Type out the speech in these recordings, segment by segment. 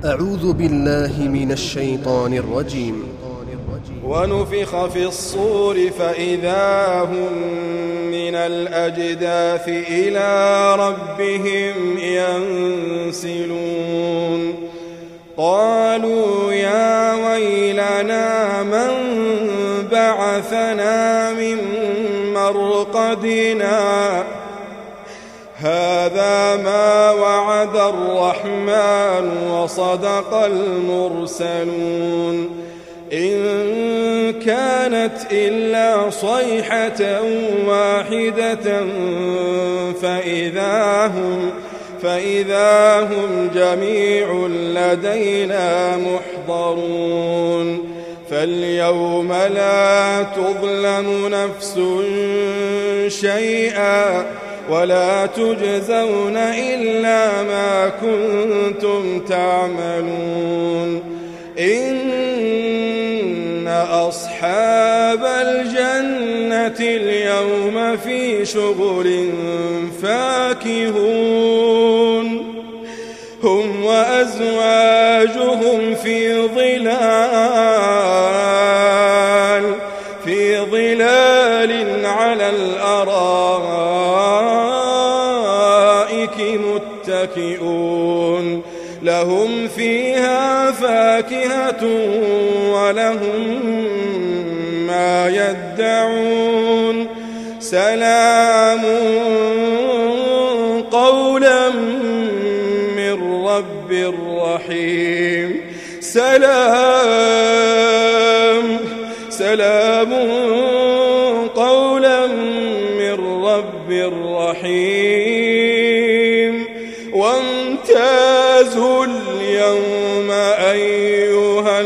أعوذ بالله من الشيطان الرجيم. ونفخ في الصور فإذا هم من الأجداث إلى ربهم ينسلون قالوا يا ويلنا من بعثنا من مرقدنا هذا ما وعد الرحمن وصدق المرسلون إن كانت إلا صيحة واحدة فإذا هم جميع لدينا محضرون فاليوم لا تظلم نفس شيئا ولا تجزون إلا ما كنتم تعملون إن أصحاب الجنة اليوم في شغل فاكهون هم وأزواجهم في ظلال على الأرائك متكئون لهم فيها فاكهة ولهم ما يدعون سلام قولا من رب رحيم سلام قولا من رب رحيم وامتازوا اليوم أيها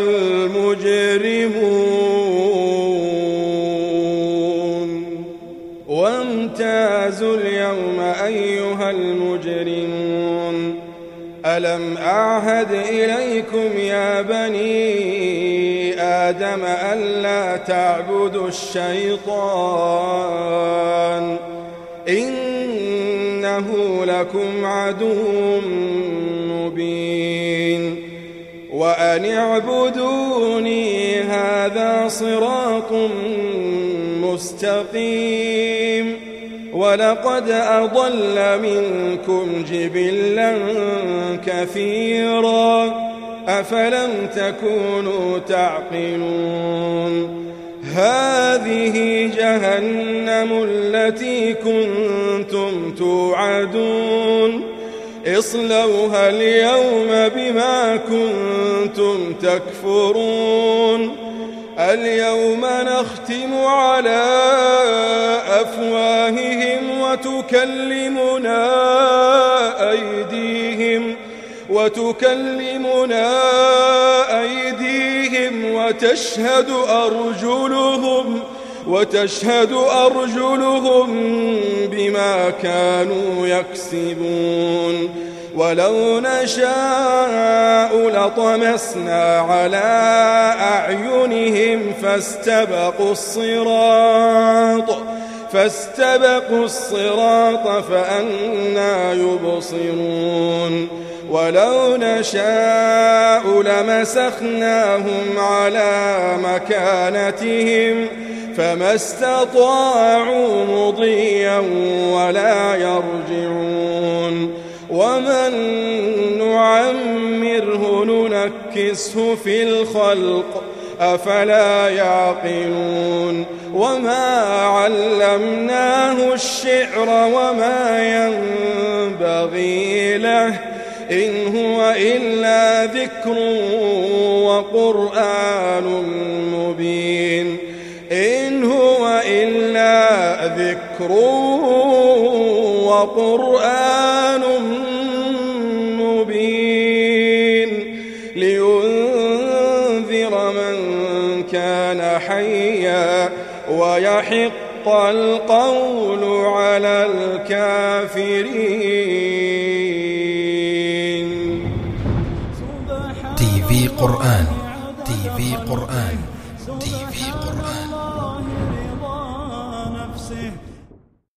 المجرمون ألم أعهد إليكم يا بني آدم ألا تعبدوا الشيطان إنه لكم عدو مبين وأن اعبدوني هذا صراط مستقيم ولقد أضل منكم جبلا كثيرا أفلم تكونوا تعقلون هذه جهنم التي كنتم توعدون اصلوها اليوم بما كنتم تكفرون اليوم نختم على أفواههم وتكلمنا أيديهم وتشهد أرجلهم بما كانوا يكسبون ولو نشاء لطمسنا على أعينهم فاستبقوا الصراط فأنى يبصرون ولو نشاء لمسخناهم على مكانتهم فما استطاعوا مضيا ولا يرجعون ومن نعمره ننكسه في الخلق أفلا يعقلون وما علمناه الشعر وما ينبغي له إن هو إلا ذكر وقرآن مبين إن هو إلا ذكر وقرآن مبين لينذر من كان حيا ويحق القول على الكافرين. TV قرآن